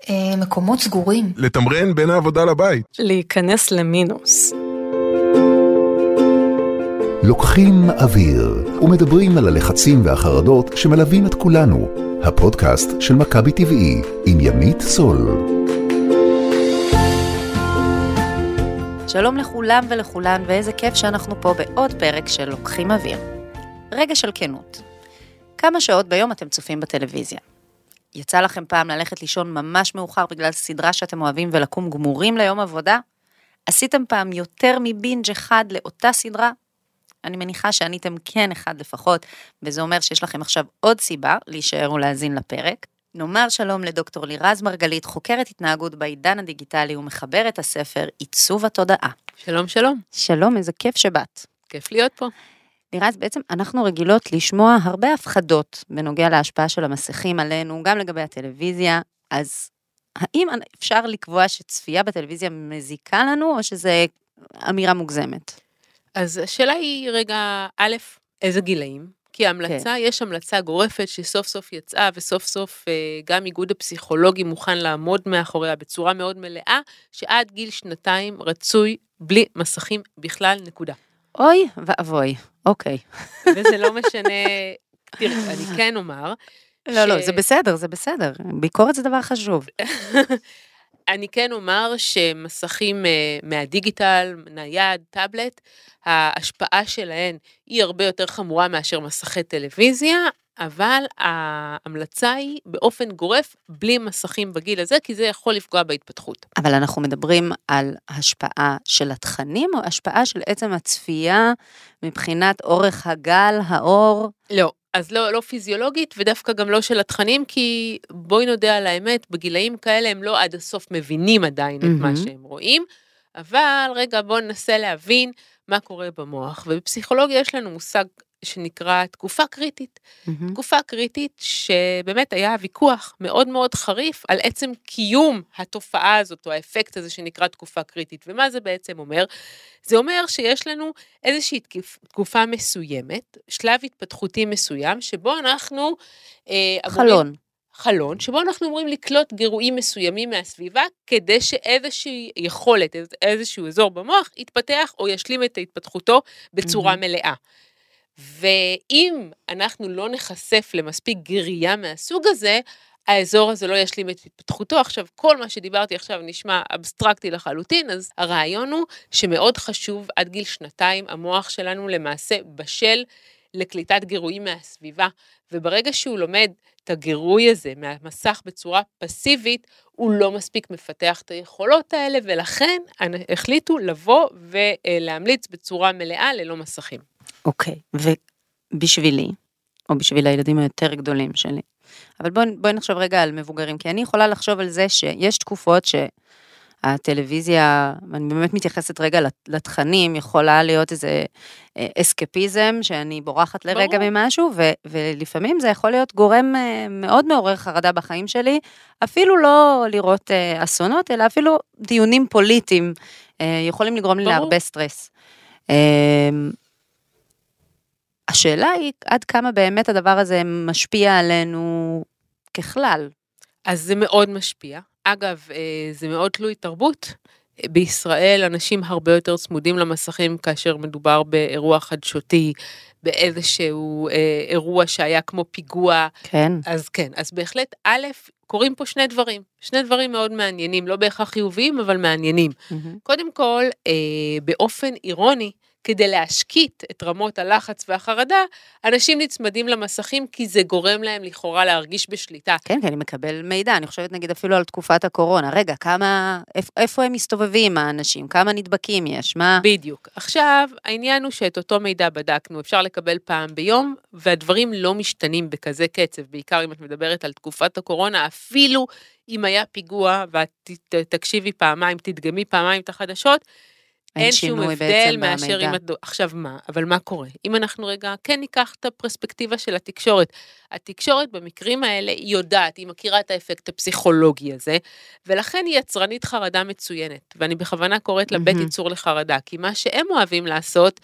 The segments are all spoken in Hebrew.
מקומות סגורים. לתמרן בין העבודה לבית. להיכנס למינוס. לוקחים אוויר ומדברים על הלחצים והחרדות שמלווים את כולנו. הפודקאסט של מכבי טבעי עם ימית סול. שלום לכולם ולכולן, ואיזה כיף שאנחנו פה בעוד פרק של לוקחים אוויר. רגע של כנות. כמה שעות ביום אתם צופים בטלוויזיה? יצא לכם פעם ללכת לישון ממש מאוחר בגלל סדרה שאתם אוהבים ולקום גמורים ליום עבודה? עשיתם פעם יותר מבינג' אחד לאותה סדרה? אני מניחה שעניתם כן אחד לפחות, וזה אומר שיש לכם עכשיו עוד סיבה להישאר ולהזין לפרק. נאמר שלום לדוקטור לירז מרגלית, חוקרת התנהגות בעידן הדיגיטלי ומחברת הספר עיצוב התודעה. שלום, שלום. שלום, איזה כיף שבאת. כיף להיות פה. לירז, בעצם אנחנו רגילות לשמוע הרבה הפחדות בנוגע להשפעה של המסכים עלינו, גם לגבי הטלוויזיה, אז האם אפשר לקבוע שצפייה בטלוויזיה מזיקה לנו, או שזה אמירה מוגזמת? אז השאלה היא רגע, א', איזה גילאים? כי ההמלצה, יש המלצה גורפת שסוף סוף יצאה, וסוף סוף גם איגוד הפסיכולוגי מוכן לעמוד מאחוריה בצורה מאוד מלאה, שעד גיל 2 רצוי בלי מסכים בכלל, נקודה. אוי ואבוי, אוקיי. וזה לא משנה, תראה, אני כן אומר. לא, זה בסדר, זה בסדר. ביקורת זה דבר חשוב. אני כן אומר שמסכים מהדיגיטל, נייד, טאבלט, ההשפעה שלהן היא הרבה יותר חמורה מאשר מסכי טלוויזיה, אבל ההמלצה היא באופן גורף בלי מסכים בגיל הזה, כי זה יכול לפגוע בהתפתחות. אבל אנחנו מדברים על השפעה של התכנים, או השפעה של עצם הצפייה מבחינת אורך הגל, האור? לא. אז לא פיזיולוגית, ודווקא גם לא של התכנים, כי בואי נודע על האמת, בגילאים כאלה הם לא עד הסוף מבינים עדיין את מה שהם רואים, אבל רגע בואו ננסה להבין מה קורה במוח, ובפסיכולוגיה יש לנו מושג שנקרא תקופה קריטית, תקופה קריטית שבאמת היה ויכוח מאוד מאוד חריף על עצם קיום התופעה הזאת, או האפקט הזה שנקרא תקופה קריטית, ומה זה בעצם אומר? זה אומר שיש לנו איזושהי תקופה מסוימת, שלב התפתחותי מסוים, שבו אנחנו חלון, שבו אנחנו אומרים לקלוט גירויים מסוימים מהסביבה, כדי שאיזושהי יכולת, איזשהו אזור במוח, יתפתח או ישלים את התפתחותו בצורה מלאה. ואם אנחנו לא נחשף למספיק גירייה מהסוג הזה, האזור הזה לא ישלים את התפתחותו. עכשיו, כל מה שדיברתי עכשיו נשמע אבסטרקטי לחלוטין, אז הרעיון הוא שמאוד חשוב עד גיל 2, המוח שלנו למעשה בשל לקליטת גירויים מהסביבה, וברגע שהוא לומד את הגירוי הזה מהמסך בצורה פסיבית, הוא לא מספיק מפתח את היכולות האלה, ולכן החליטו לבוא ולהמליץ בצורה מלאה ללא מסכים. אוקיי, ובשבילי, או בשביל הילדים היותר גדולים שלי, אבל בואי נחשוב רגע על מבוגרים, כי אני יכולה לחשוב על זה שיש תקופות שהטלוויזיה, ואני באמת מתייחסת רגע לתכנים, יכולה להיות איזה אסקפיזם, שאני בורחת לרגע ממשהו, ולפעמים זה יכול להיות גורם מאוד מעורר חרדה בחיים שלי, אפילו לא לראות אסונות, אלא אפילו דיונים פוליטיים, יכולים לגרום לי להרבה סטרס. השאלה היא עד כמה באמת הדבר הזה משפיע עלינו ככלל. אז זה מאוד משפיע. אגב, זה מאוד תלוי תרבות. בישראל אנשים הרבה יותר צמודים למסכים כאשר מדובר באירוע חדשותי, באיזשהו אירוע שהיה כמו פיגוע. כן. אז כן, אז בהחלט א', קוראים פה שני דברים מאוד מעניינים, לא בהכרח חיוביים, אבל מעניינים. קודם כל, באופן אירוני, כדי להשקיט את רמות הלחץ והחרדה, אנשים נצמדים למסכים, כי זה גורם להם לכאורה להרגיש בשליטה. כן, כי אני מקבל מידע, אני חושבת נגיד אפילו על תקופת הקורונה, רגע, איפה הם מסתובבים האנשים, כמה נדבקים יש, מה? בדיוק. עכשיו, העניין הוא שאת אותו מידע בדקנו, אפשר לקבל פעם ביום, והדברים לא משתנים בכזה קצב, בעיקר אם את מדברת על תקופת הקורונה, אפילו אם היה פיגוע, ותקשיבי פעמיים, תדגמי פעמיים את החדשות, אין שום הבדל מאשר אם את... עכשיו מה? אבל מה קורה? אם אנחנו רגע, כן ניקח את הפרספקטיבה של התקשורת. התקשורת במקרים האלה היא יודעת, היא מכירה את האפקט הפסיכולוגי הזה, ולכן היא יצרנית חרדה מצוינת. ואני בכוונה קוראת לה בית ייצור לחרדה, כי מה שהם אוהבים לעשות,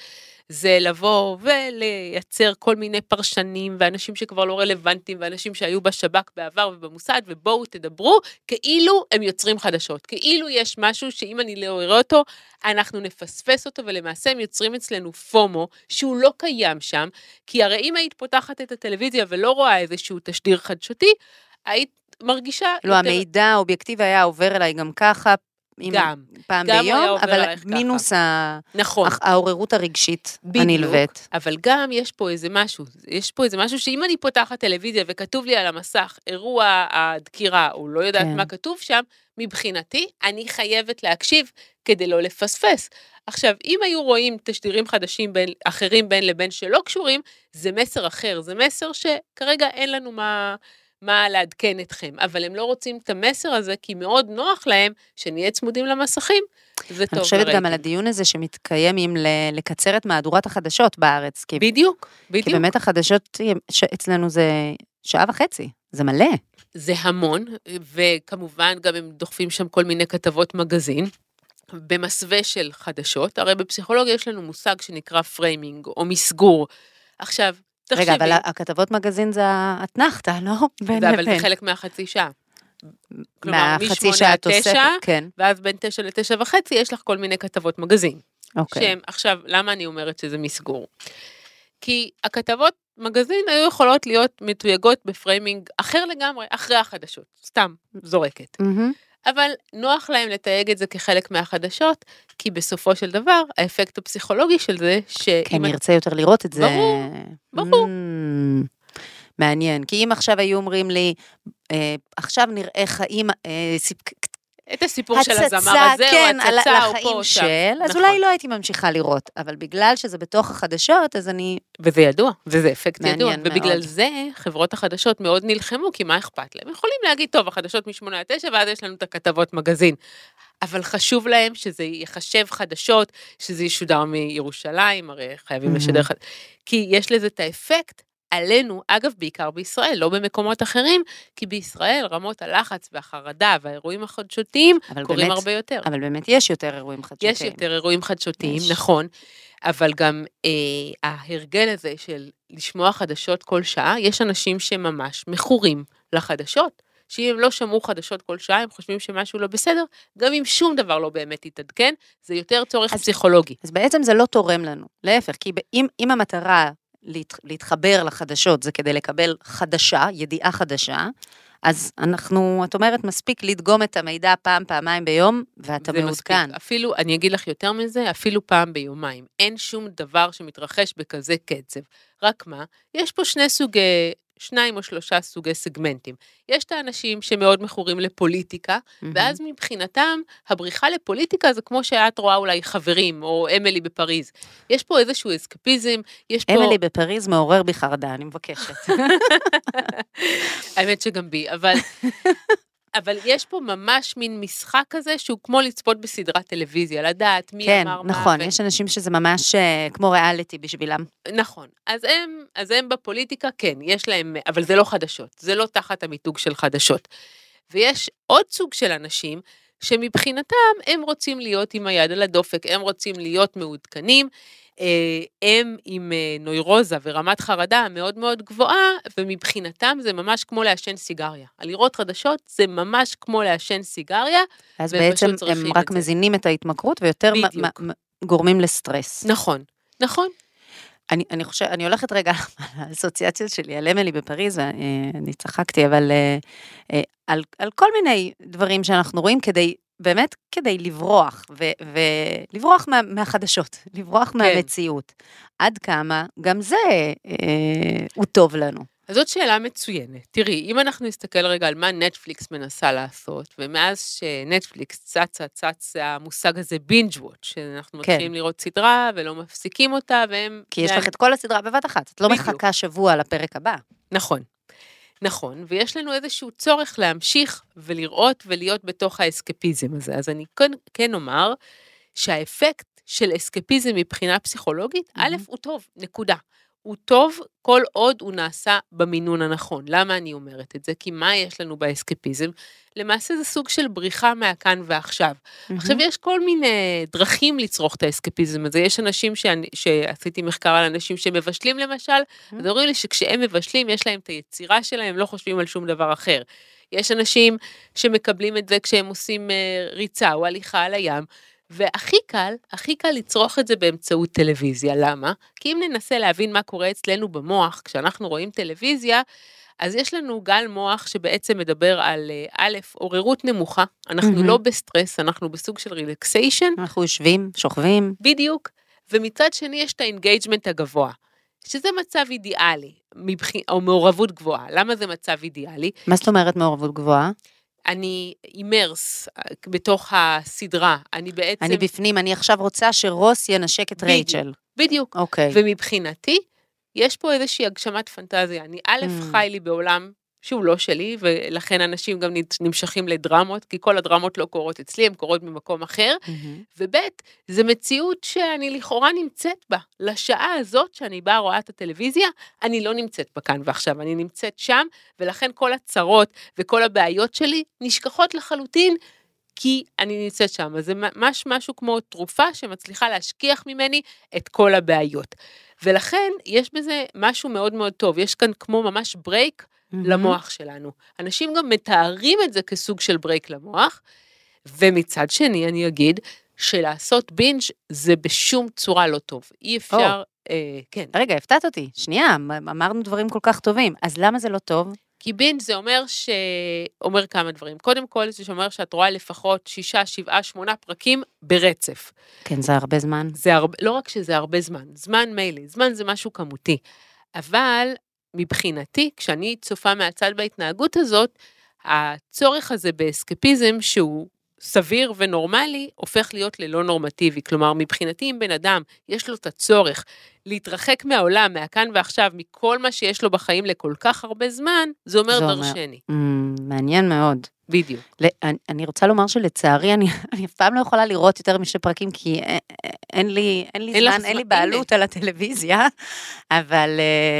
זה לבוא ולייצר כל מיני פרשנים, ואנשים שכבר לא רלוונטיים, ואנשים שהיו בשב"כ בעבר ובמוסד, ובואו תדברו, כאילו הם יוצרים חדשות, כאילו יש משהו שאם אני לא אראה אותו, אנחנו נפספס אותו, ולמעשה הם יוצרים אצלנו פומו, שהוא לא קיים שם, כי הרי אם היית פותחת את הטלוויזיה, ולא רואה איזשהו תשדיר חדשותי, היית מרגישה... לא, המידע האובייקטיבי היה עובר אליי גם ככה, פעם ביום, אבל מינוס העוררות הרגשית הנלווית. אבל גם יש פה איזה משהו שאם אני פותחת טלוויזיה וכתוב לי על המסך אירוע הדקירה, או לא יודעת מה כתוב שם, מבחינתי אני חייבת להקשיב כדי לא לפספס. עכשיו, אם היו רואים תשדירים חדשים אחרים בין לבין שלא קשורים, זה מסר אחר, זה מסר שכרגע אין לנו מה לעדכן אתכם, אבל הם לא רוצים את המסר הזה, כי מאוד נוח להם שנהיה צמודים למסכים, זה טוב. אני חושבת גם על הדיון הזה שמתקיים עם לקצר את מהדורת החדשות בארץ. בדיוק. כי באמת החדשות אצלנו זה 1.5 שעות, זה מלא. זה המון, וכמובן גם הם דוחפים שם כל מיני כתבות מגזין, במסווה של חדשות, הרי בפסיכולוגיה יש לנו מושג שנקרא פריימינג, או מסגור. עכשיו, רגע, אבל הכתבות מגזין זה התנחתה, לא? אבל זה חלק מהחצי שעה. כלומר, מהחצי שעה תוספת, כן. ואז בין 9 ל9:30 יש לך כל מיני כתבות מגזין. אוקיי. עכשיו, למה אני אומרת שזה מסגור? כי הכתבות מגזין היו יכולות להיות מתויגות בפריימינג אחר לגמרי, אחרי החדשות. סתם, זורקת. אבל נוח להם לתייג את זה כחלק מהחדשות, כי בסופו של דבר, האפקט הפסיכולוגי של זה, כן, נרצה יותר לראות את זה. ברור. מעניין, כי אם עכשיו היו אומרים לי, עכשיו נראה חיים, את הסיפור של הזמר הזה, כן, או הצצה, או פה, שם. אז אולי לא הייתי ממשיכה לראות, אבל בגלל שזה בתוך החדשות, אז אני... וזה ידוע, וזה אפקט ידוע, ובגלל זה חברות החדשות מאוד נלחמו, כי מה אכפת להם? יכולים להגיד, טוב, החדשות מ8-9, ואז יש לנו את הכתבות מגזין. אבל חשוב להם שזה יחשב חדשות, שזה ישודר מירושלים, הרי חייבים לשדר חדשות, כי יש לזה את האפקט, עלינו, אגב, בעיקר בישראל, לא במקומות אחרים, כי בישראל רמות הלחץ והחרדה והאירועים החדשותיים קורים הרבה יותר. אבל באמת יש יותר אירועים חדשותיים. יש יותר אירועים חדשותיים, נכון, אבל גם ההרגל הזה של לשמוע חדשות כל שעה, יש אנשים שממש מכורים לחדשות, שאם הם לא שמעו חדשות כל שעה, הם חושבים שמשהו לא בסדר, גם אם שום דבר לא באמת יתעדכן, זה יותר צורך פסיכולוגי. אז בעצם זה לא תורם לנו, להפך, כי אם המטרה להתחבר לחדשות, זה כדי לקבל חדשה, ידיעה חדשה, אז את אומרת, מספיק לדגום את המידע פעמיים ביום, ואתה מעודכן. אפילו, אני אגיד לך יותר מזה, אפילו פעם ביומיים. אין שום דבר שמתרחש בכזה קצב. רק מה? יש פה 2 או 3 סוגי סגמנטים. יש את האנשים שמאוד מכורים לפוליטיקה, ואז מבחינתם, הבריחה לפוליטיקה זה כמו שאת רואה אולי חברים, או אמילי בפריז. יש פה איזשהו אסקפיזם, יש פה... אמילי בפריז מעורר בי חרדה, אני מבקשת. האמת שגם בי, אבל יש פה ממש מין משחק כזה, שהוא כמו לצפות בסדרת טלוויזיה, לדעת מי אמר מה. כן, נכון, יש אנשים שזה ממש כמו ריאליטי בשבילם. נכון, אז הם בפוליטיקה, כן, יש להם, אבל זה לא חדשות, זה לא תחת המיתוג של חדשות. ויש עוד סוג של אנשים, שמבחינתם הם רוצים להיות עם היד על הדופק, הם רוצים להיות מעודכנים, הם עם נוירוזה ורמת חרדה מאוד מאוד גבוהה, ומבחינתם זה ממש כמו לעשן סיגריה. על לראות חדשות זה ממש כמו לעשן סיגריה. אז בעצם הם רק מזינים את ההתמכרות, ויותר גורמים לסטרס. נכון, נכון. אני הולכת רגע על האסוציאציה שלי, על אמילי בפריז, ואני צחקתי, אבל על כל מיני דברים שאנחנו רואים באמת כדי לברוח, ולברוח מהחדשות, לברוח מהמציאות. עד כמה גם זה הוא טוב לנו. אז זאת שאלה מצוינת. תראי, אם אנחנו נסתכל רגע על מה נטפליקס מנסה לעשות, ומאז שנטפליקס צץ המושג הזה בינג' וואץ', שאנחנו מתחילים לראות סדרה ולא מפסיקים אותה, והם... כי יש לך את כל הסדרה בבת אחת, את לא מחכה שבוע לפרק הבא. נכון. נכון, ויש לנו איזשהו צורך להמשיך ולראות ולהיות בתוך האסקפיזם הזה. אז אני כן אומר שהאפקט של אסקפיזם מבחינה פסיכולוגית, א' הוא טוב, נקודה. הוא טוב כל עוד הוא נעשה במינון הנכון. למה אני אומרת את זה? כי מה יש לנו באסקפיזם? למעשה זה סוג של בריחה מהכאן ועכשיו. עכשיו יש כל מיני דרכים לצרוך את האסקפיזם הזה. יש אנשים שעשיתי מחקר על אנשים שמבשלים למשל, אז אומרים לי שכשהם מבשלים יש להם את היצירה שלהם, הם לא חושבים על שום דבר אחר. יש אנשים שמקבלים את זה כשהם עושים ריצה או הליכה על הים, והכי קל לצרוך את זה באמצעות טלוויזיה. למה? כי אם ננסה להבין מה קורה אצלנו במוח, כשאנחנו רואים טלוויזיה, אז יש לנו גל מוח שבעצם מדבר על א', עוררות נמוכה, אנחנו לא בסטרס, אנחנו בסוג של רילקסיישן. אנחנו יושבים, שוכבים. בדיוק, ומצד שני יש את האינגייג'מנט הגבוה, שזה מצב אידיאלי, או מעורבות גבוהה. למה זה מצב אידיאלי? מה זאת אומרת מעורבות גבוהה? אני אימרס בתוך הסדרה, אני בפנים, אני עכשיו רוצה שרוס ינשק את רייצ'ל. בדיוק. אוקיי. ומבחינתי, יש פה איזושהי הגשמת פנטזיה. אני חי לי בעולם שהוא לא שלי, ולכן אנשים גם נמשכים לדרמות, כי כל הדרמות לא קורות אצלי, הן קורות ממקום אחר, וב' זה מציאות שאני לכאורה נמצאת בה. לשעה הזאת שאני באה רואה את הטלוויזיה, אני לא נמצאת בה כאן ועכשיו, אני נמצאת שם, ולכן כל הצרות וכל הבעיות שלי נשכחות לחלוטין, כי אני נמצאת שם. אז זה משהו כמו תרופה שמצליחה להשכיח ממני את כל הבעיות. ולכן יש בזה משהו מאוד מאוד טוב. יש כאן כמו ממש ברייק למוח שלנו. אנשים גם מתארים את זה כסוג של ברייק למוח, ומצד שני אני אגיד שלעשות בינג' זה בשום צורה לא טוב. אי אפשר, כן. רגע, הפתעת אותי. שנייה, אמרנו דברים כל כך טובים. אז למה זה לא טוב? כי בינג' זה אומר כמה דברים. קודם כל זה שאומר שאת רואה לפחות 6, 7, 8 פרקים ברצף. כן, זה הרבה זמן. לא רק שזה הרבה זמן, זמן מילא, זמן זה משהו כמותי. אבל מבחינתי, כשאני צופה מהצד בהתנהגות הזאת, הצורך הזה באסקפיזם שהוא סביר ונורמלי, הופך להיות ללא נורמטיבי. כלומר, מבחינתי אם בן אדם יש לו את הצורך להתרחק מהעולם, מהכאן ועכשיו, מכל מה שיש לו בחיים לכל כך הרבה זמן, זה אומר דרשני. מעניין מאוד. בדיוק. אני רוצה לומר שלצערי, אני אף פעם לא יכולה לראות יותר משתי פרקים, כי אין לי זמן, אין לי בעלות על הטלוויזיה, אבל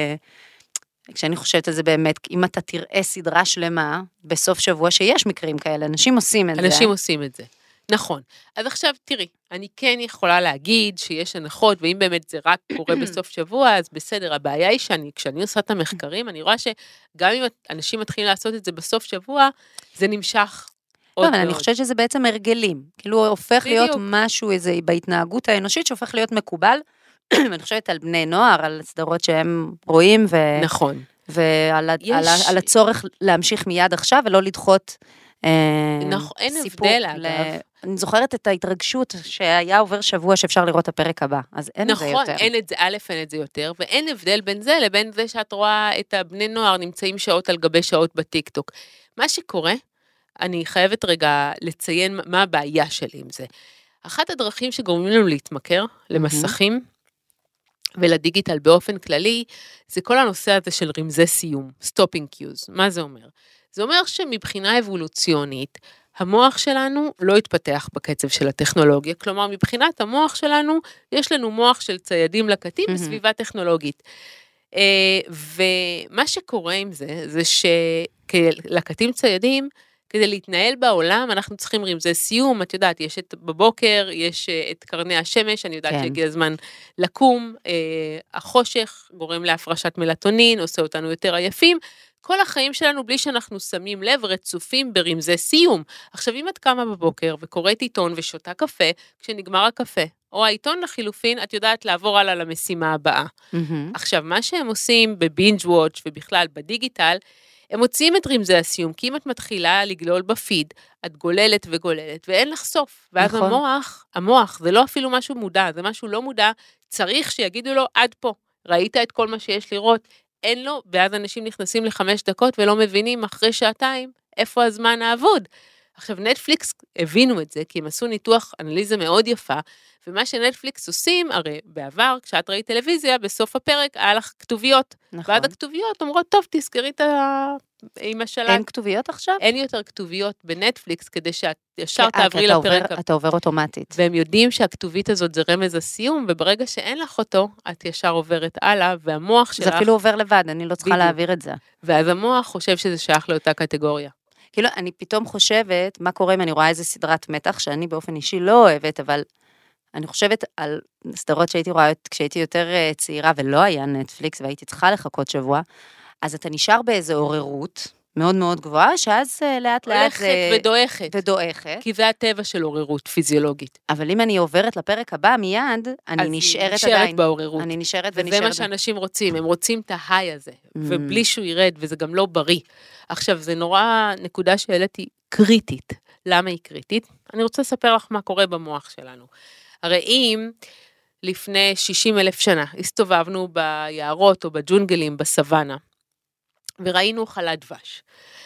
כשאני חושבת על זה באמת, אם אתה תראה סדרה שלמה, בסוף שבוע שיש מקרים כאלה, אנשים עושים את זה. אנשים עושים את זה, נכון. אז עכשיו תראי, אני כן יכולה להגיד שיש הנחות, ואם באמת זה רק קורה בסוף שבוע, אז בסדר, הבעיה היא כשאני עושה את המחקרים, אני רואה שגם אם אנשים מתחילים לעשות את זה בסוף שבוע, זה נמשך עוד מאוד. מאוד. אני חושבת שזה בעצם הרגלים, כאילו הופך להיות משהו איזה בהתנהגות האנושית, שהופך להיות מקובל, אני חושבת על בני נוער, על סדרות שהם רואים, נכון. ועל הצורך להמשיך מיד עכשיו, ולא לדחות אין סיפור. הבדל, אגב. אני זוכרת את ההתרגשות שהיה עובר שבוע שאפשר לראות את הפרק הבא, אז אין את זה יותר. נכון, אין את זה יותר, ואין הבדל בין זה לבין זה שאת רואה את הבני נוער נמצאים שעות על גבי שעות בטיקטוק. מה שקורה, אני חייבת רגע לציין מה הבעיה שלי עם זה. אחת הדרכים שגורמים לנו להתמכר למסכים, ולדיגיטל באופן כללי, זה כל הנושא הזה של רמזי סיום, stopping cues. מה זה אומר? זה אומר שמבחינה אבולוציונית, המוח שלנו לא התפתח בקצב של הטכנולוגיה, כלומר מבחינת המוח שלנו, יש לנו מוח של ציידים לקטים בסביבה טכנולוגית. ומה שקורה עם זה, זה שלקטים ציידים, כדי להתנהל בעולם, אנחנו צריכים רמזי סיום, את יודעת, יש בבוקר, יש את קרני השמש, אני יודעת שהגיע הזמן לקום, החושך גורם להפרשת מלטונין, עושה אותנו יותר עייפים, כל החיים שלנו, בלי שאנחנו שמים לב, רצופים ברמזי סיום. עכשיו, אם את קמה בבוקר וקוראת עיתון ושותה קפה, כשנגמר הקפה, או העיתון לחילופין, את יודעת לעבור הלאה למשימה הבאה. עכשיו, מה שהם עושים בבינג' וואץ' ובכלל בדיגיטל, הם מוציאים את רמזי הסיום, כי אם את מתחילה לגלול בפיד, את גוללת וגוללת, ואין לך סוף. ואז המוח, זה לא אפילו משהו מודע, זה משהו לא מודע, צריך שיגידו לו, עד פה, ראית את כל מה שיש לראות, אין לו, ואז אנשים נכנסים ל5 דקות, ולא מבינים אחרי שעתיים, איפה הזמן האבוד. עכשיו, נטפליקס הבינו את זה, כי הם עשו ניתוח אנליזה מאוד יפה, ומה שנטפליקס עושים, הרי בעבר, כשאת ראית טלוויזיה, בסוף הפרק היה לך כתוביות. נכון. ועד הכתוביות אומרות, טוב, תזכרי עם השלט. אין כתוביות עכשיו? אין יותר כתוביות בנטפליקס, כדי שאת ישר תעברי לפרק. אתה עובר אוטומטית. והם יודעים שהכתובית הזאת זה רמז הסיום, וברגע שאין לך אותו, את ישר עוברת הלאה, והמוח שלך... זה אפילו עובר לבד, אני לא צריכה להעביר את זה. ואז המוח חושב שזה שייך לאותה קטגוריה. כאילו, אני פתאום חושבת, מה קורה אם אני רואה איזה סדרת מתח, שאני באופן אישי לא אוהבת, אבל אני חושבת על סדרות שהייתי רואה כשהייתי יותר צעירה, ולא היה נטפליקס, והייתי צריכה לחכות שבוע, אז אתה נשאר באיזו עוררות מאוד מאוד גבוהה, שאז לאט לאט הולכת ודועכת. כי זה הטבע של עוררות פיזיולוגית. אבל אם אני עוברת לפרק הבא מיד, אני נשארת עדיין. בעוררות. אני נשארת ונשארת. וזה מה שאנשים רוצים, הם רוצים את ההיי הזה, ובלי שהוא ירד, וזה גם לא בריא. עכשיו, זה נורא נקודה שהעליתי קריטית. למה היא קריטית? אני רוצה לספר לך מה קורה במוח שלנו. הרי אם לפני 60,000 שנה הסתובבנו ביערות או בג'ונגלים, בסוואנה, וראינו חלת דבש.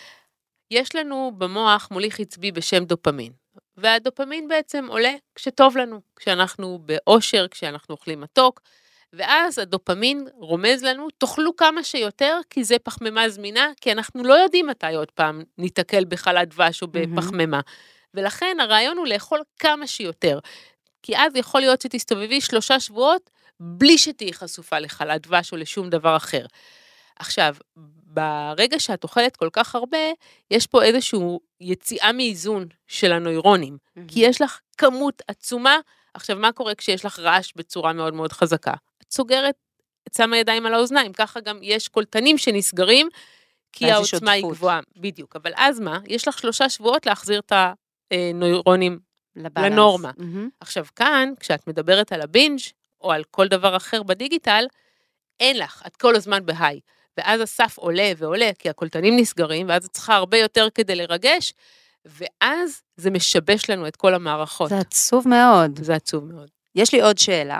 יש לנו במוח מוליך עצבי בשם דופמין, והדופמין בעצם עולה כשטוב לנו, כשאנחנו באושר, כשאנחנו אוכלים מתוק, ואז הדופמין רומז לנו, תאכלו כמה שיותר, כי זה פחמימה זמינה, כי אנחנו לא יודעים מתי עוד פעם ניתקל בחלת דבש או בפחמימה, ולכן הרעיון הוא לאכול כמה שיותר, כי אז יכול להיות שתסתובבי 3 שבועות, בלי שתהי חשופה לחלת דבש או לשום דבר אחר. עכשיו, ברגע שאת אוכלת כל כך הרבה, יש פה איזושהי יציאה מאיזון של הנוירונים, כי יש לך כמות עצומה. עכשיו, מה קורה כשיש לך רעש בצורה מאוד מאוד חזקה? את סוגרת, את שמה ידיים על האוזניים, ככה גם יש קולטנים שנסגרים, כי העוצמה היא גבוהה. בדיוק, אבל אז מה? יש לך 3 שבועות להחזיר את הנוירונים לנורמה. עכשיו, כאן, כשאת מדברת על הבינג' או על כל דבר אחר בדיגיטל, אין לך, את כל הזמן בהיי. ואז הסף עולה ועולה, כי הקולטנים נסגרים, ואז את צריכה הרבה יותר כדי לרגש, ואז זה משבש לנו את כל המערכות. זה עצוב מאוד. זה עצוב מאוד. יש לי עוד שאלה.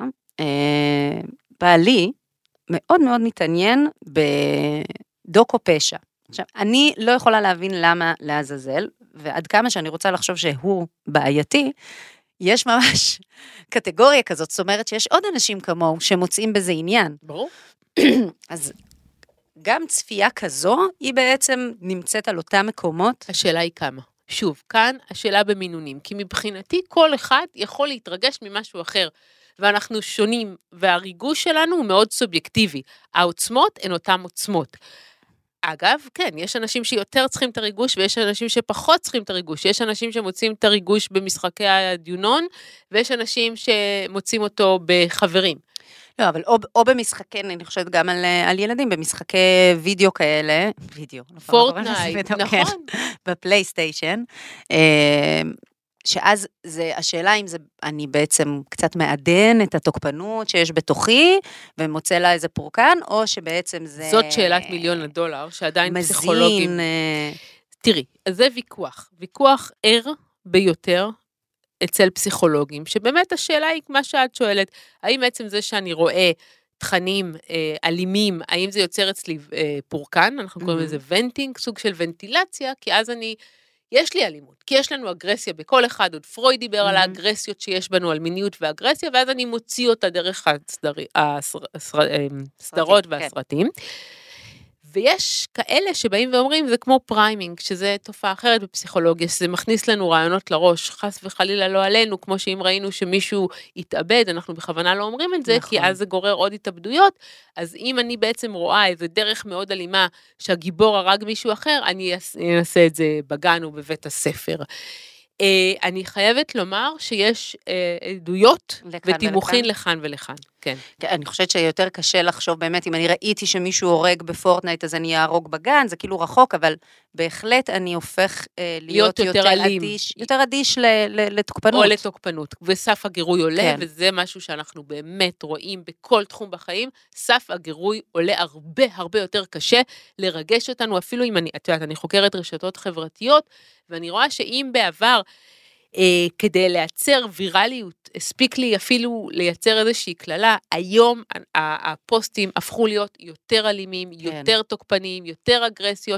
בעלי מאוד מאוד מתעניין בדוקו פשע. עכשיו, אני לא יכולה להבין למה לעזאזל, ועד כמה שאני רוצה לחשוב שהוא בעייתי, יש ממש קטגוריה כזאת, זאת אומרת שיש עוד אנשים כמוהו שמוצאים בזה עניין. ברור. אז גם צפייה כזו, היא בעצם נמצאת על אותם מקומות. השאלה היא כמה. שוב, כאן השאלה במינונים, כי מבחינתי כל אחד יכול להתרגש ממשהו אחר, ואנחנו שונים, והריגוש שלנו הוא מאוד סובייקטיבי. העוצמות הן אותן עוצמות. אגב, כן, יש אנשים שיותר צריכים את הריגוש, ויש אנשים שפחות צריכים את הריגוש. יש אנשים שמוצאים את הריגוש במשחקי הדיונון, ויש אנשים שמוצאים אותו בחברים. לא, אבל או במשחקי, אני חושבת גם על ילדים, במשחקי וידאו כאלה, פורטנייט, נכון. בפלייסטיישן, שאז השאלה אם זה, אני בעצם קצת מעדן את התוקפנות שיש בתוכי, ומוצא לה איזה פורקן, או שבעצם זה... זאת שאלת $1,000,000, שעדיין פסיכולוגים... מזין... תראי, אז זה ויכוח ער ביותר, אצל פסיכולוגים, שבאמת השאלה היא מה שאת שואלת, האם עצם זה שאני רואה תכנים אלימים, האם זה יוצר אצלי פורקן, אנחנו קוראים לזה ונטינג, סוג של ונטילציה, כי אז יש לי אלימות, כי יש לנו אגרסיה בכל אחד, עוד פרויד דיבר על האגרסיות שיש בנו, על מיניות ואגרסיה, ואז אני מוציא אותה דרך הסדרות והסרטים. ויש כאלה שבאים ואומרים, זה כמו פריימינג, שזה תופעה אחרת בפסיכולוגיה, שזה מכניס לנו רעיונות לראש, חס וחלילה לא עלינו, כמו שאם ראינו שמישהו יתאבד, אנחנו בכוונה לא אומרים את זה, נכון. כי אז זה גורר עוד התאבדויות, אז אם אני בעצם רואה איזה דרך מאוד אלימה, שהגיבור הרג מישהו אחר, אני אנסה את זה בגן ובבית הספר. אני חייבת לומר שיש עדויות ותימוכין לכאן ולכאן, כן. אני חושבת שיותר קשה לחשוב באמת, אם אני ראיתי שמישהו הורג בפורטנייט, אז אני אהרוג בגן, זה כאילו רחוק, אבל בהחלט אני הופך להיות יותר אדיש לתוקפנות. או לתוקפנות, וסף הגירוי עולה, וזה משהו שאנחנו באמת רואים בכל תחום בחיים, סף הגירוי עולה הרבה הרבה יותר קשה לרגש אותנו, אפילו אם אני חוקרת רשתות חברתיות, ואני רואה שאם בעבר, כדי לייצר וירליות, הספיק לי אפילו לייצר איזושהי כללה, היום הפוסטים הפכו להיות יותר אלימים, יותר תוקפניים, יותר אגרסיות,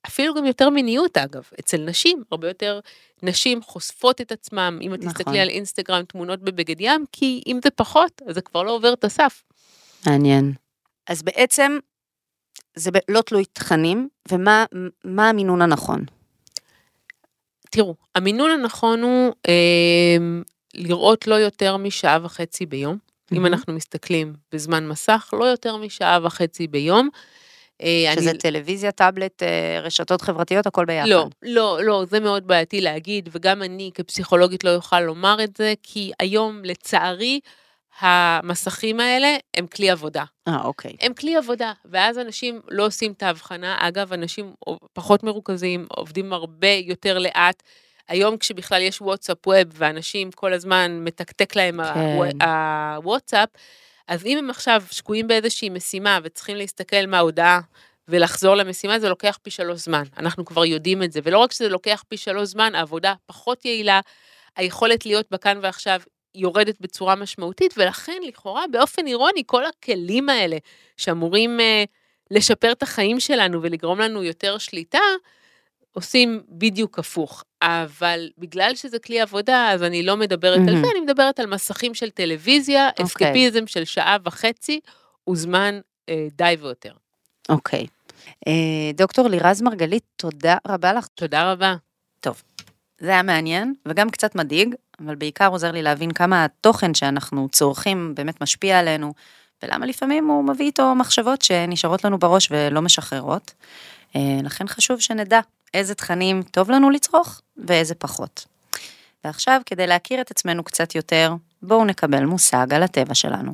אפילו גם יותר מיניות אגב, אצל נשים, הרבה יותר נשים חושפות את עצמם, אם את תסתכלי על אינסטגרם תמונות בבגד ים, כי אם זה פחות, אז זה כבר לא עובר את הסף. מעניין. אז בעצם, זה לא תלוי תכנים, ומה המינון הנכון? תראו, המינון הנכון הוא לראות לא יותר משעה וחצי ביום, אם אנחנו מסתכלים בזמן מסך, לא יותר משעה וחצי ביום. שזה טלוויזיה, טאבלט, רשתות חברתיות, הכל ביחד. לא, זה מאוד בעייתי להגיד, וגם אני כפסיכולוגית לא יוכל לומר את זה, כי היום לצערי, המסכים האלה הם כלי עבודה. אוקיי. הם כלי עבודה, ואז אנשים לא עושים את ההבחנה, אגב, אנשים פחות מרוכזים, עובדים הרבה יותר לאט, היום כשבכלל יש וואטסאפ ווב, ואנשים כל הזמן מתקתק להם הוואטסאפ, אז אם הם עכשיו שקועים באיזושהי משימה, וצריכים להסתכל מההודעה, ולחזור למשימה, זה לוקח פי 3 זמן. אנחנו כבר יודעים את זה, ולא רק שזה לוקח פי 3 זמן, העבודה פחות יעילה, היכולת להיות בכאן ועכשיו יורדת בצורה משמעותית, ולכן לכאורה באופן אירוני, כל הכלים האלה, שאמורים לשפר את החיים שלנו, ולגרום לנו יותר שליטה, עושים בדיוק הפוך. אבל בגלל שזה כלי עבודה, אז אני לא מדברת על זה, אני מדברת על מסכים של טלוויזיה, אסקפיזם של שעה וחצי, וזמן די ויותר. אוקיי. דוקטור לירז מרגלית, תודה רבה לך. תודה רבה. טוב, זה היה מעניין, וגם קצת מדאיג, אבל בעיקר עוזר לי להבין כמה התוכן שאנחנו צורכים באמת משפיע עלינו, ולמה לפעמים הוא מביא איתו מחשבות שנשארות לנו בראש ולא משחררות. לכן חשוב שנדע איזה תכנים טוב לנו לצרוך ואיזה פחות. ועכשיו, כדי להכיר את עצמנו קצת יותר, בואו נקבל מושג על הטבע שלנו.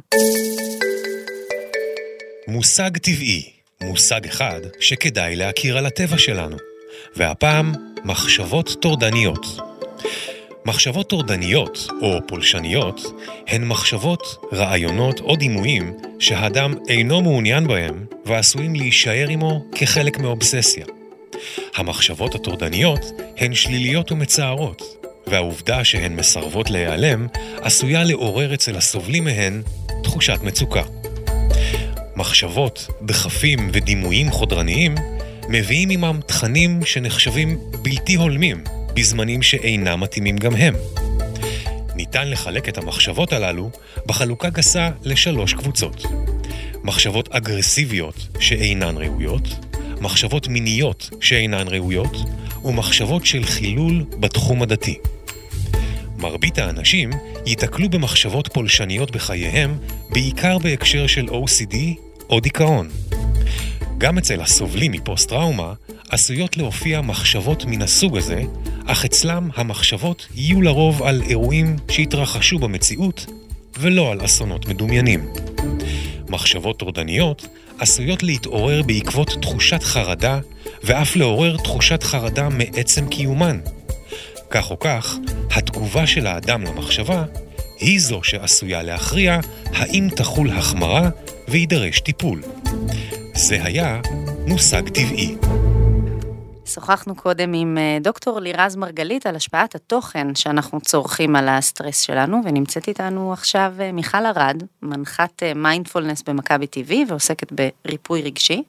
מושג טבעי, מושג אחד שכדאי להכיר על הטבע שלנו. והפעם, מחשבות טורדניות. מחשבות טורדניות או פולשניות הן מחשבות, רעיונות או דימויים שהאדם אינו מעוניין בהם ועשויים להישאר עמו כחלק מאובססיה. המחשבות הטורדניות הן שליליות ומצערות, והעובדה שהן מסרבות להיעלם עשויה לעורר אצל הסובלים מהן תחושת מצוקה. מחשבות, דחפים ודימויים חודרניים מביאים עמם תכנים שנחשבים בלתי הולמים בזמנים שאינם מתאימים גם הם. ניתן לחלק את המחשבות הללו בחלוקה גסה ל3 קבוצות. מחשבות אגרסיביות שאינן ראויות, מחשבות מיניות שאינן ראויות, ומחשבות של חילול בתחום הדתי. מרבית האנשים ייתקלו במחשבות פולשניות בחייהם, בעיקר בהקשר של OCD או דיכאון. גם אצל הסובלים מפוסט-טראומה עשויות להופיע מחשבות מן הסוג הזה, אך אצלם המחשבות יהיו לרוב על אירועים שהתרחשו במציאות, ולא על אסונות מדומיינים. מחשבות טורדניות עשויות להתעורר בעקבות תחושת חרדה, ואף לעורר תחושת חרדה מעצם קיומן. כך או כך, התגובה של האדם למחשבה היא זו שעשויה להכריע האם תחול החמרה וידרש טיפול. זה היה מושג טבעי. שוחחנו קודם עם דוקטור לירז מרגלית על השפעת התוכן שאנחנו צורכים על הסטרס שלנו, ונמצאת איתנו עכשיו מיכל ארד, מנחת מיינדפולנס במכבי טבעי, ועוסקת בריפוי רגשי.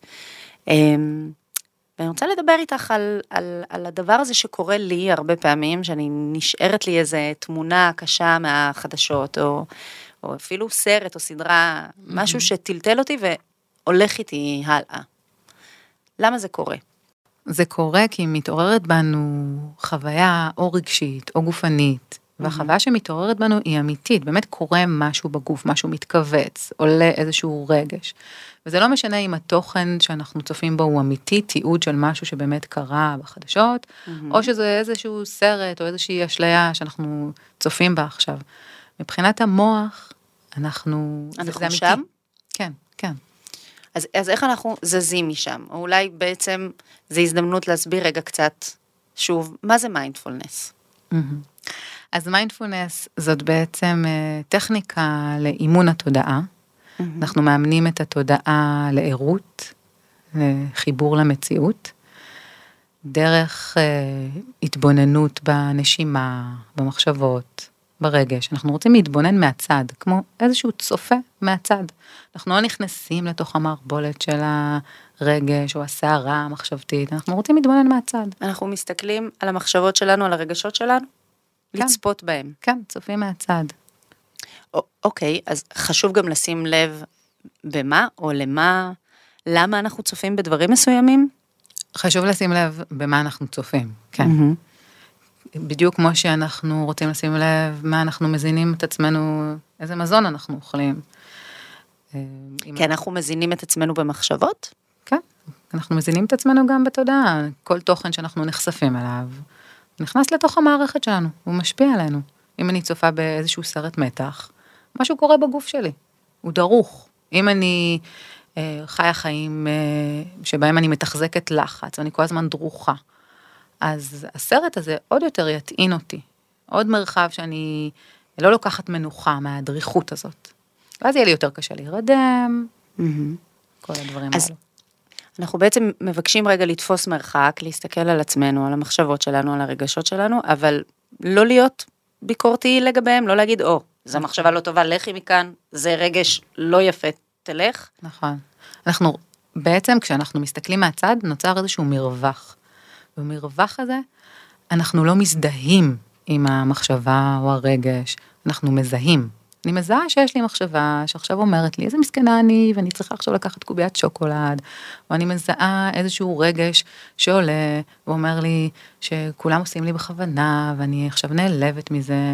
ואני רוצה לדבר איתך על הדבר הזה שקורה לי הרבה פעמים, שאני נשארת לי איזה תמונה קשה מהחדשות, או אפילו סרט או סדרה, משהו שטלטל אותי והולך איתי הלאה. למה זה קורה? זה קורה כי מתעוררת בנו חוויה או רגשית או גופנית, והחוויה שמתעוררת בנו היא אמיתית, באמת קורה משהו בגוף, משהו מתכווץ, עולה איזשהו רגש. וזה לא משנה אם התוכן שאנחנו צופים בו הוא אמיתי, תיעוד של משהו שבאמת קרה בחדשות, או שזה איזשהו סרט או איזושהי אשליה שאנחנו צופים בה עכשיו. מבחינת המוח, אנחנו שם? כן, כן. אז איך אנחנו זזים משם? או אולי בעצם זה הזדמנות להסביר רגע קצת, שוב, מה זה מיינדפולנס? אז מיינדפולנס זאת בעצם טכניקה לאימון התודעה. אנחנו מאמנים את התודעה לעירות, לחיבור למציאות, דרך התבוננות בנשימה, במחשבות, ברגש, אנחנו רוצים להתבונן מהצד, כמו איזשהו צופה מהצד. אנחנו לא נכנסים לתוך המערבולת של הרגש או הסערה המחשבתית, אנחנו רוצים להתבונן מהצד. אנחנו מסתכלים על המחשבות שלנו, על הרגשות שלנו, כן. לצפות בהם. כן, צופים מהצד. אוקיי, אז חשוב גם לשים לב במה או למה אנחנו צופים בדברים מסוימים? חשוב לשים לב במה אנחנו צופים, כן. בדיוק כמו שאנחנו רוצים לשים לב מה אנחנו מזינים את עצמנו, איזה מזון אנחנו אוכלים. כי אנחנו מזינים את עצמנו במחשבות? כן, אנחנו מזינים את עצמנו גם בתודעה. כל תוכן שאנחנו נחשפים אליו, נכנס לתוך המערכת שלנו, הוא משפיע עלינו. אם אני צופה באיזשהו סרט מתח, משהו קורה בגוף שלי, הוא דרוך. אם אני חיה חיים שבהם אני מתחזקת לחץ, ואני כל הזמן דרוכה, אז הסרט הזה עוד יותר יטעין אותי, עוד מרחב שאני לא לוקחת מנוחה מהדריכות הזאת. ואז יהיה לי יותר קשה להירדם, כל הדברים האלו. אנחנו בעצם מבקשים רגע לתפוס מרחק, להסתכל על עצמנו, על המחשבות שלנו, על הרגשות שלנו, אבל לא להיות ביקורתי לגביהם, לא להגיד, זו מחשבה לא טובה, לכי מכאן, זה רגש לא יפה, תלך. נכון. אנחנו, בעצם כשאנחנו מסתכלים מהצד, נוצר איזשהו מרווח. במרווח הזה, אנחנו לא מזדהים עם המחשבה או הרגש, אנחנו מזהים. אני מזהה שיש לי מחשבה שעכשיו אומרת לי, איזה מסכנה אני, ואני צריכה עכשיו לקחת קוביית שוקולד, ואני מזהה איזשהו רגש שעולה, ואומר לי שכולם עושים לי בכוונה, ואני עכשיו נעלבת מזה,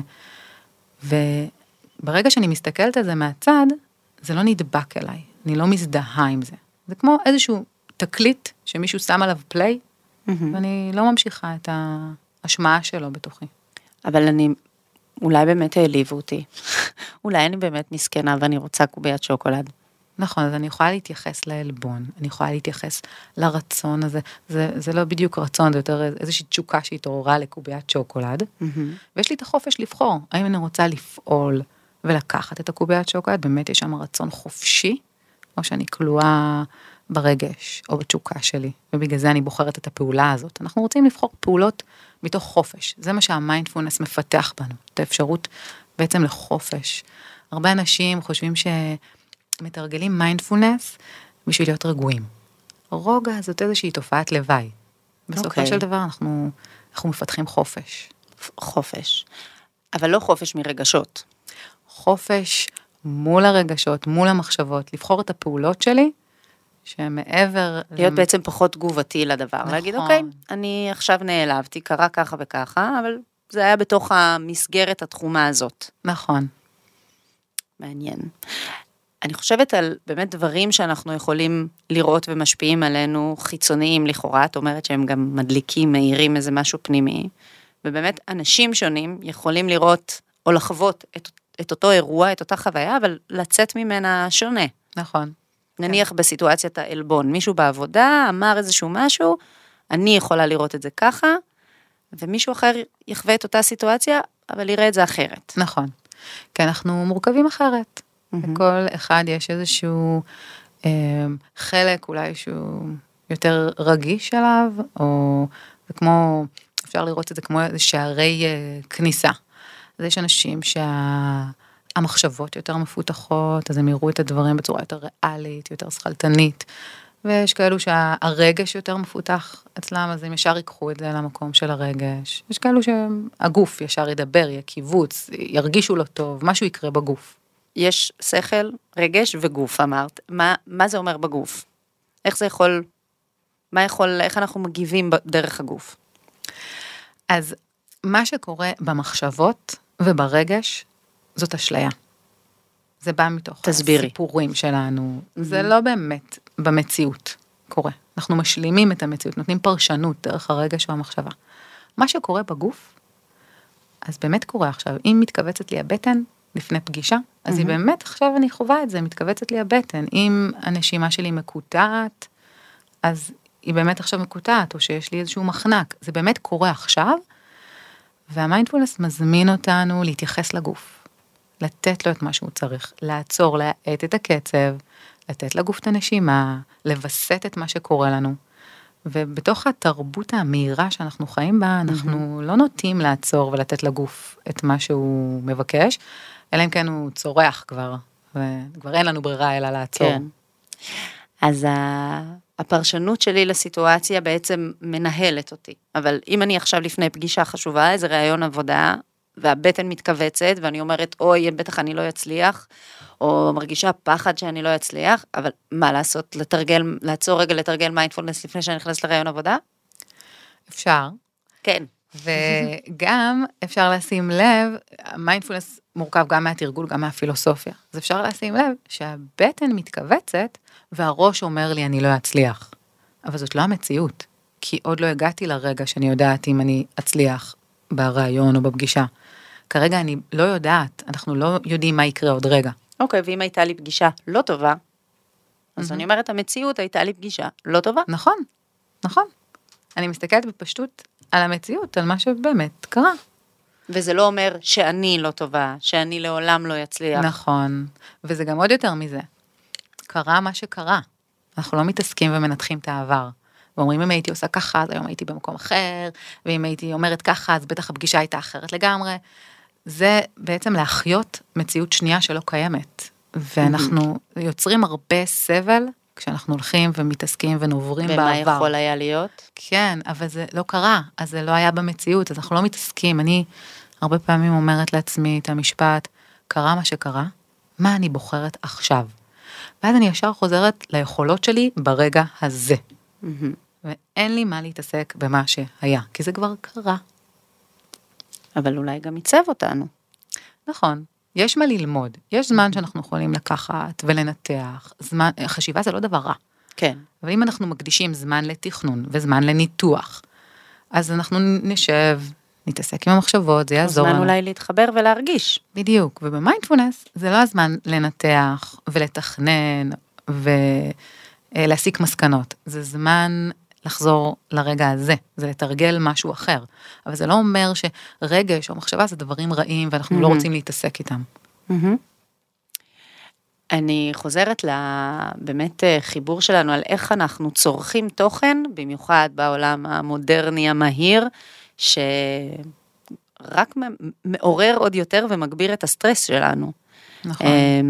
וברגע שאני מסתכלת על זה מהצד, זה לא נדבק אליי, אני לא מזדהה עם זה. זה כמו איזשהו תקליט שמישהו שם עליו פליי, ואני לא ממשיכה את ההשמעה שלו בתוכי. אבל אולי באמת העליבו אותי. אולי אני באמת מסכנה ואני רוצה קוביית שוקולד. נכון, אז אני יכולה להתייחס לעלבון, אני יכולה להתייחס לרצון הזה, זה לא בדיוק רצון, זה יותר איזושהי תשוקה שהתעוררה לקוביית שוקולד, ויש לי את החופש לבחור, האם אני רוצה לפעול ולקחת את הקוביית שוקולד, באמת יש שם רצון חופשי, או שאני כלואה ברגש או בתשוקה שלי, ובגלל זה אני בוחרת את הפעולה הזאת. אנחנו רוצים לבחור פעולות מתוך חופש, זה מה שהמיינדפולנס מפתח בנו, את האפשרות בעצם לחופש. הרבה אנשים חושבים שמתרגלים מיינדפולנס בשביל להיות רגועים. רוגע זאת איזושהי תופעת לוואי. בסופו של דבר אנחנו מפתחים חופש. חופש. אבל לא חופש מרגשות. חופש מול הרגשות, מול המחשבות, לבחור את הפעולות שלי, שמעבר... להיות בעצם פחות תגובתי לדבר. נכון. להגיד, אוקיי, אני עכשיו נעלבתי, קרה ככה וככה, אבל זה היה בתוך המסגרת התחומה הזאת. נכון. מעניין. אני חושבת על באמת דברים שאנחנו יכולים לראות ומשפיעים עלינו, חיצוניים לכאורה, את אומרת שהם גם מדליקים, מאירים איזה משהו פנימי, ובאמת אנשים שונים יכולים לראות או לחוות את אותו אירוע, את אותה חוויה, אבל לצאת ממנה שונה. נכון. נניח בסיטואציית העלבון, מישהו בעבודה אמר איזשהו משהו, אני יכולה לראות את זה ככה, ומישהו אחר יחווה את אותה סיטואציה, אבל יראה את זה אחרת. נכון. כי אנחנו מורכבים אחרת. לכל אחד יש איזשהו חלק, אולי שהוא יותר רגיש עליו, או זה כמו, אפשר לראות את זה כמו שערי כניסה. אז יש אנשים שהמחשבות יותר מפותחות, אז הם יראו את הדברים בצורה יותר ריאלית, יותר שכלתנית, ויש כאלו שהרגש יותר מפותח אצלם, אז הם ישר ייקחו את זה למקום של הרגש. יש כאלו שהגוף ישר ידבר, יהיה קיבוץ, ירגישו לו טוב, משהו יקרה בגוף. יש שכל, רגש וגוף, אמרת. מה זה אומר בגוף? איך זה יכול, איך אנחנו מגיבים דרך הגוף? אז מה שקורה במחשבות וברגש, זאת אשליה. זה בא מתוך הסיפורים שלנו. זה לא באמת במציאות קורה. אנחנו משלימים את המציאות, נותנים פרשנות דרך הרגש והמחשבה. מה שקורה בגוף, אז באמת קורה עכשיו. אם מתכווצת לי הבטן לפני פגישה, אז היא באמת, עכשיו אני חווה את זה, מתכווצת לי הבטן. אם הנשימה שלי מקוטעת, אז היא באמת עכשיו מקוטעת, או שיש לי איזשהו מחנק. זה באמת קורה עכשיו, והמיינדפולנס מזמין אותנו להתייחס לגוף, לתת לו את מה שהוא צריך, לעצור, להאט את הקצב, לתת לגוף את הנשימה, לבסט את מה שקורה לנו, ובתוך התרבות המהירה שאנחנו חיים בה, אנחנו לא נוטים לעצור ולתת לגוף את מה שהוא מבקש, אלא אם כן הוא צורח כבר, וכבר אין לנו ברירה אלא לעצור. כן. אז הפרשנות שלי לסיטואציה בעצם מנהלת אותי, אבל אם אני עכשיו לפני פגישה חשובה, איזה רעיון עבודה, והבטן מתכווצת, ואני אומרת, אוי, בטח אני לא אצליח, או מרגישה פחד שאני לא אצליח, אבל מה לעשות, לעצור רגע לתרגל מיינדפולנס לפני שאני נכנס לרעיון עבודה? אפשר. כן. וגם אפשר לשים לב, מיינדפולנס מורכב גם מהתרגול, גם מהפילוסופיה. אז אפשר לשים לב שהבטן מתכווצת, והראש אומר לי, אני לא אצליח. אבל זאת לא המציאות, כי עוד לא הגעתי לרגע שאני יודעת אם אני אצליח ברעיון או בפגישה. כרגע אני לא יודעת, אנחנו לא יודעים מה יקרה עוד רגע. אוקיי, ואם הייתה לי פגישה לא טובה, אז אני אומרת, המציאות הייתה לי פגישה לא טובה. נכון, נכון. אני מסתכלת בפשטות על המציאות, על מה שבאמת קרה. וזה לא אומר שאני לא טובה, שאני לעולם לא יצליח. נכון, וזה גם עוד יותר מזה. קרה מה שקרה. אנחנו לא מתעסקים ומנתחים את העבר. ואומרים, אם הייתי עושה ככה, אז היום הייתי במקום אחר, ואם הייתי אומרת ככה, אז בטח הפגישה הייתה אחרת לגמרי. זה בעצם להחיות מציאות שנייה שלא קיימת. ואנחנו יוצרים הרבה סבל, כשאנחנו הולכים ומתעסקים ונוברים בעבר. ומה יכול היה להיות? כן, אבל זה לא קרה, אז זה לא היה במציאות, אז אנחנו לא מתעסקים. אני הרבה פעמים אומרת לעצמי את המשפט, קרה מה שקרה, מה אני בוחרת עכשיו? ואז אני ישר חוזרת ליכולות שלי ברגע הזה. ואין לי מה להתעסק במה שהיה, כי זה כבר קרה. אבל אולי גם ייצב אותנו. נכון, יש מה ללמוד, יש זמן שאנחנו יכולים לקחת ולנתח, חשיבה זה לא דבר רע. כן. אבל אם אנחנו מקדישים זמן לתכנון וזמן לניתוח, אז אנחנו נשב, נתעסק עם המחשבות, זה יעזור לנו. זמן אולי להתחבר ולהרגיש. בדיוק, ובמיינדפולנס זה לא הזמן לנתח ולתכנן ולהסיק מסקנות, זה זמן לחזור לרגע הזה, זה לתרגל משהו אחר, אבל זה לא אומר שרגש או מחשבה זה דברים רעים ואנחנו לא רוצים להתעסק איתם. אני חוזרת באמת חיבור שלנו על איך אנחנו צורכים תוכן, במיוחד בעולם המודרני המהיר, שרק מעורר עוד יותר ומגביר את הסטרס שלנו. נכון.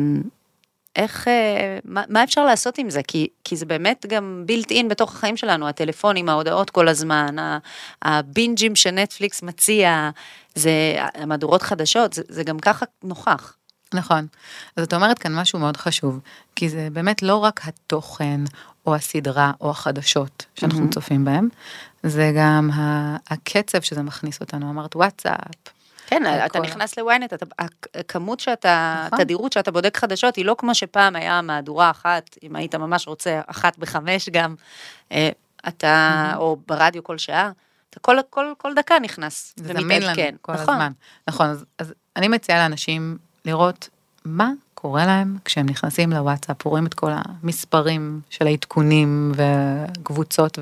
מה אפשר לעשות עם זה? כי זה באמת גם בילט אין בתוך החיים שלנו, הטלפונים, ההודעות כל הזמן, הבינג'ים שנטפליקס מציע, זה המהדורות חדשות, זה גם ככה נוכח. נכון. אז את אומרת כאן משהו מאוד חשוב, כי זה באמת לא רק התוכן או הסדרה או החדשות שאנחנו צופים בהם, זה גם הקצב שזה מכניס אותנו, אמרת וואטסאפ. כן, אתה נכנס לוויינט, הכמות התדירות שאתה בודק חדשות, היא לא כמו שפעם היה מהדורה אחת, אם היית ממש רוצה 1:05 גם, אתה, או ברדיו כל שעה, אתה כל דקה נכנס. זה זמין לנו כל הזמן. נכון, אז אני מציעה לאנשים לראות מה קורה להם כשהם נכנסים לוואטסאפ, רואים את כל המספרים של העדכונים וקבוצות,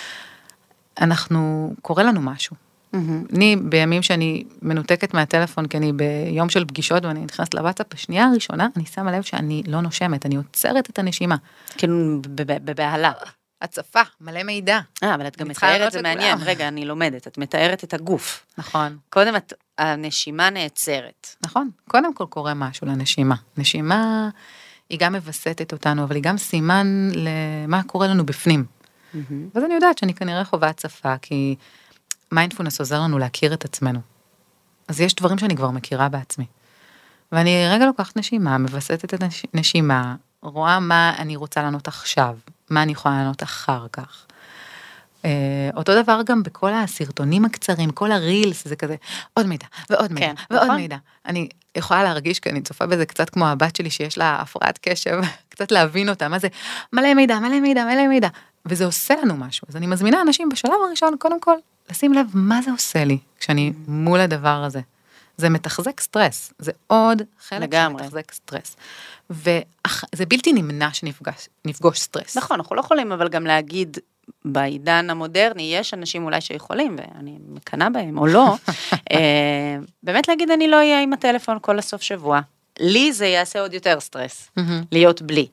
קורה לנו משהו. אני בימים שאני מנותקת מהטלפון, כי אני ביום של פגישות ואני נכנסת לוואטסאפ, בשנייה הראשונה אני שמה לב שאני לא נושמת, אני עוצרת את הנשימה. כאילו בבהלה. הצפה, מלא מידע. אבל את גם מתארת, זה מעניין, רגע, אני לומדת, את מתארת את הגוף. נכון. קודם הנשימה נעצרת. נכון, קודם כל קורה משהו לנשימה. נשימה היא גם מבסטת אותנו, אבל היא גם סימן למה קורה לנו בפנים. ואז אני יודעת שאני כנראה חווה הצפה, כי מיינדפולנס עוזר לנו להכיר את עצמנו. אז יש דברים שאני כבר מכירה בעצמי. ואני רגע לוקחת נשימה, מבסטת את הנשימה, רואה מה אני רוצה לענות עכשיו, מה אני יכולה לענות אחר כך. אותו דבר גם בכל הסרטונים הקצרים, כל הרילס, זה כזה, עוד מידע, ועוד מידע, ועוד מידע. אני יכולה להרגיש, כי אני צופה בזה קצת כמו הבת שלי, שיש לה הפרעת קשב, קצת להבין אותה, מה זה, מלא מידע, מלא מידע, מלא מידע. וזה עושה לנו משהו. אז אני מזמינה אנשים בשלב הראשון, קודם כל, לשים לב מה זה עושה לי, כשאני מול הדבר הזה. זה מתחזק סטרס, זה עוד חלק שמתחזק סטרס. וזה בלתי נמנע שנפגוש סטרס. נכון, אנחנו לא יכולים אבל גם להגיד, בעידן המודרני, יש אנשים אולי שיכולים, ואני מקנה בהם, או לא, באמת להגיד, אני לא אהיה עם הטלפון כל הסוף שבוע. לי זה יעשה עוד יותר סטרס, להיות בלי.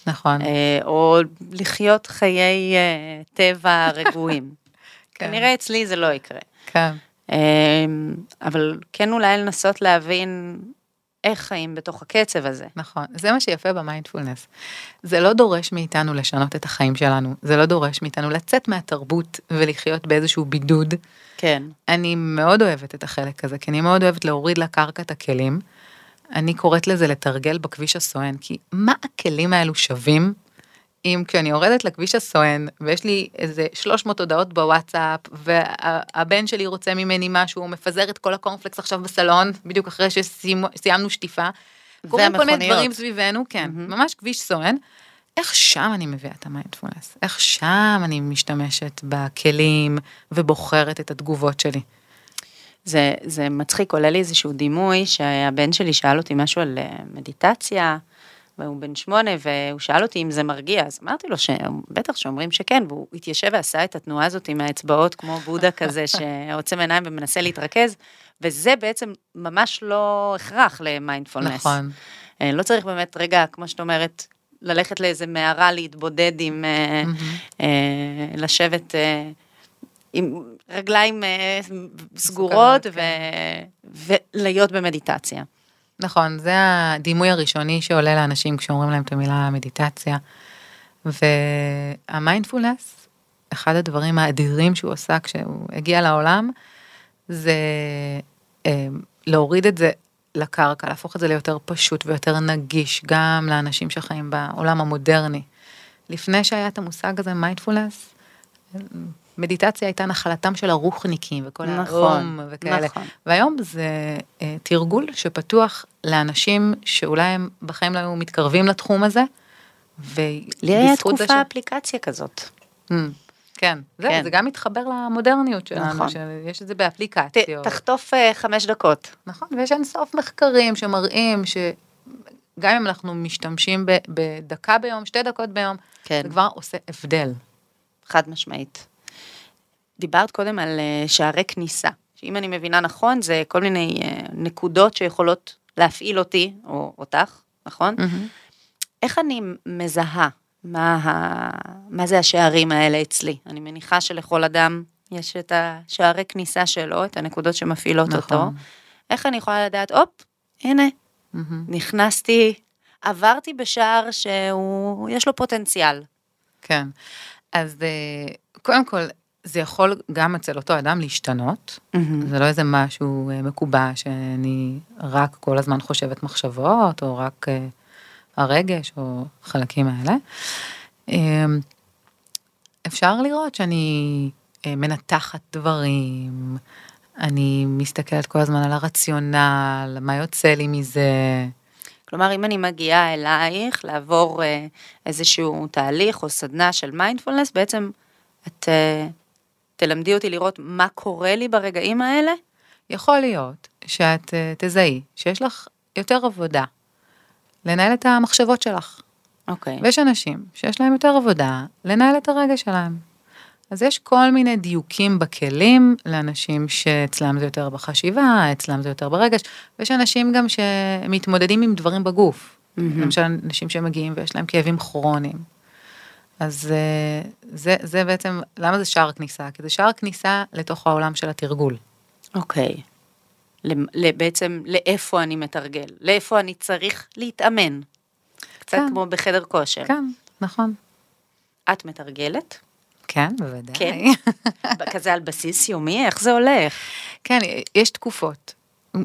נכון. או לחיות חיי טבע רגועים. כן. כנראה אצלי זה לא יקרה. כן. אבל כן אולי לנסות להבין איך חיים בתוך הקצב הזה. נכון, זה מה שיפה במיינדפולנס. זה לא דורש מאיתנו לשנות את החיים שלנו, זה לא דורש מאיתנו לצאת מהתרבות ולחיות באיזשהו בידוד. כן. אני מאוד אוהבת את החלק הזה, כי אני מאוד אוהבת להוריד לקרקע את הכלים. אני קוראת לזה לתרגל בכביש הסואן, כי מה הכלים האלו שווים? אם כשאני יורדת לכביש הסואן, ויש לי איזה 300 הודעות בוואטסאפ, והבן שלי רוצה ממני משהו, הוא מפזר את כל הקורנפלקס עכשיו בסלון, בדיוק אחרי שסיימנו שטיפה, קוראים כל מיני דברים סביבנו, כן, ממש כביש סואן, איך שם אני מביאה את המיינדפולנס? איך שם אני משתמשת בכלים, ובוחרת את התגובות שלי? זה מצחיק, עולה לי איזשהו דימוי, שהבן שלי שאל אותי משהו על מדיטציה, והוא בן 8, והוא שאל אותי אם זה מרגיע, אז אמרתי לו בטח שאומרים שכן, והוא התיישב ועשה את התנועה הזאת עם האצבעות, כמו בודה כזה, שעוצם עיניים ומנסה להתרכז, וזה בעצם ממש לא הכרח למיינדפולנס. נכון. לא צריך באמת רגע, כמו שאת אומרת, ללכת לאיזה מערה, להתבודד עם, לשבת עם רגליים סגורות, ולהיות במדיטציה. נכון, זה הדימוי הראשוני שעולה לאנשים כשאומרים להם את המילה מדיטציה, והמיינדפולנס, אחד הדברים האדירים שהוא עושה כשהוא הגיע לעולם, זה להוריד את זה לקרקע, להפוך את זה ליותר פשוט ויותר נגיש, גם לאנשים שחיים בעולם המודרני. לפני שהיה את המושג הזה, מיינדפולנס, מדיטציה הייתה נחלתם של הרוחניקים וכל האום וכאלה. נכון. והיום זה תרגול שפתוח לאנשים שאולי הם בחיים לא היו מתקרבים לתחום הזה. לי היה תקופה אפליקציה כזאת. כן, זה גם מתחבר למודרניות שלנו, שיש את זה באפליקציות. תחטוף 5 דקות. נכון, ויש אין סוף מחקרים שמראים שגם אם אנחנו משתמשים בדקה ביום, 2 דקות ביום, זה כבר עושה הבדל. חד משמעית. דיברת קודם על שערי כניסה, שאם אני מבינה נכון, זה כל מיני נקודות שיכולות להפעיל אותי, או אותך, נכון? איך אני מזהה מה זה השערים האלה אצלי? אני מניחה שלכל אדם יש את השערי כניסה שלו, את הנקודות שמפעילות אותו. איך אני יכולה לדעת, הנה, נכנסתי, עברתי בשער שיש לו פוטנציאל. כן, אז קודם כל, זה יכול גם אצל אותו אדם להשתנות, זה לא איזה משהו מקובע שאני רק כל הזמן חושבת מחשבות, או רק הרגש, או חלקים האלה. אפשר לראות שאני מנתחת דברים, אני מסתכלת כל הזמן על הרציונל, מה יוצא לי מזה. כלומר, אם אני מגיעה אלייך לעבור איזשהו תהליך או סדנה של מיינדפולנס, בעצם את תלמדי אותי לראות מה קורה לי ברגעים האלה? יכול להיות שאת תזהי שיש לך יותר עבודה לנהל את המחשבות שלך. אוקיי. ויש אנשים שיש להם יותר עבודה לנהל את הרגש שלהם. אז יש כל מיני דיוקים בכלים לאנשים שאצלם זה יותר בחשיבה, אצלם זה יותר ברגש, ויש אנשים גם שמתמודדים עם דברים בגוף. למשל אנשים שמגיעים ויש להם כאבים כרוניים. אז זה בעצם, למה זה שער כניסה? כי זה שער כניסה לתוך העולם של התרגול. אוקיי. בעצם לאיפה אני מתרגל? לאיפה אני צריך להתאמן? קצת כמו בחדר כושר. כן, נכון. את מתרגלת? כן, בוודאי. כן. כזה על בסיס יומי, איך זה הולך? כן, יש תקופות.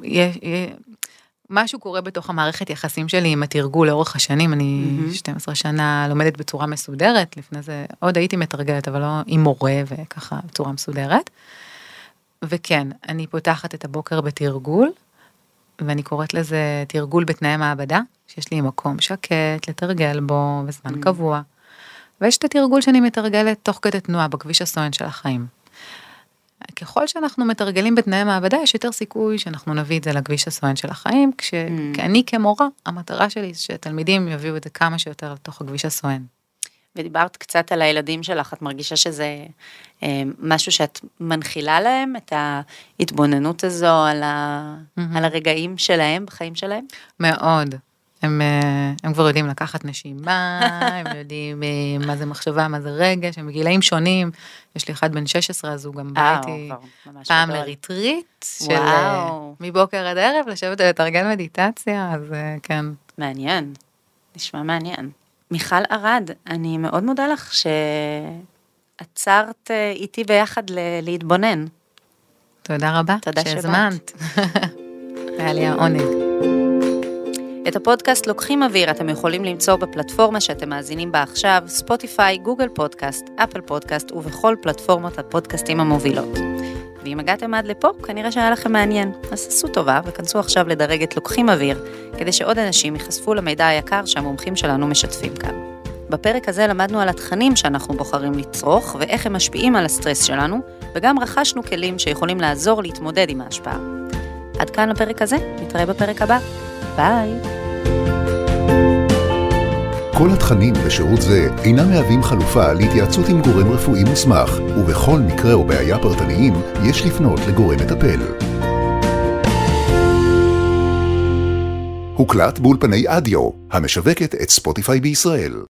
משהו קורה בתוך המערכת יחסים שלי עם התרגול לאורך השנים, אני 12 שנה לומדת בצורה מסודרת, לפני זה עוד הייתי מתרגלת, אבל לא עם מורה וככה בצורה מסודרת. וכן, אני פותחת את הבוקר בתרגול, ואני קוראת לזה תרגול בתנאי מעבדה, שיש לי מקום שקט, לתרגל בו בזמן קבוע. ויש את התרגול שאני מתרגלת תוך כדי תנועה בכביש הסואן של החיים. ככל שאנחנו מתרגלים בתנאי מעבדה, יש יותר סיכוי שאנחנו נביא את זה לכביש הסואן של החיים, כי אני כמורה, המטרה שלי זה שתלמידים יביאו את זה כמה שיותר לתוך הכביש הסואן. ודיברת קצת על הילדים שלך, את מרגישה שזה משהו שאת מנחילה להם, את ההתבוננות הזו על הרגעים שלהם, בחיים שלהם? מאוד. הם כבר יודעים לקחת נשימה, הם יודעים מה זה מחשבה, מה זה רגש, הם בגילאים שונים, יש לי אחד בן 16, אז הוא גם בא איתי פעם לריטריט, של מבוקר עד ערב, לשבת ולתרגל מדיטציה, אז כן. מעניין, נשמע מעניין. מיכל ארד, אני מאוד מודה לך שעצרת איתי ביחד להתבונן. תודה רבה, שהזמנת. היה לי העונג. את הפודקאסט לוקחים אוויר אתם יכולים למצוא בפלטפורמה שאתם מאזינים בה עכשיו, ספוטיפיי, גוגל פודקאסט, אפל פודקאסט ובכל פלטפורמות הפודקאסטים המובילות. ואם הגעתם עד לפה, כנראה שהיה לכם מעניין. אז עשו טובה וכנסו עכשיו לדרג את לוקחים אוויר, כדי שעוד אנשים ייחשפו למידע היקר שהמומחים שלנו משתפים כאן. בפרק הזה למדנו על התכנים שאנחנו בוחרים לצרוך ואיך הם משפיעים על הסטרס שלנו, וגם רכשנו כלים שיכולים לעזור להתמודד עם ההשפעה. עד כאן לפרק הזה, נתראה בפרק הבא. ביי. כל התכנים בשירות זה אינם מהווים חלופה להתייעצות עם גורם רפואי מוסמך, ובכל מקרה או בעיה פרטניים יש לפנות לגורם מטפל. הוקלט באולפני אדיו, המשווקת את ספוטיפיי בישראל.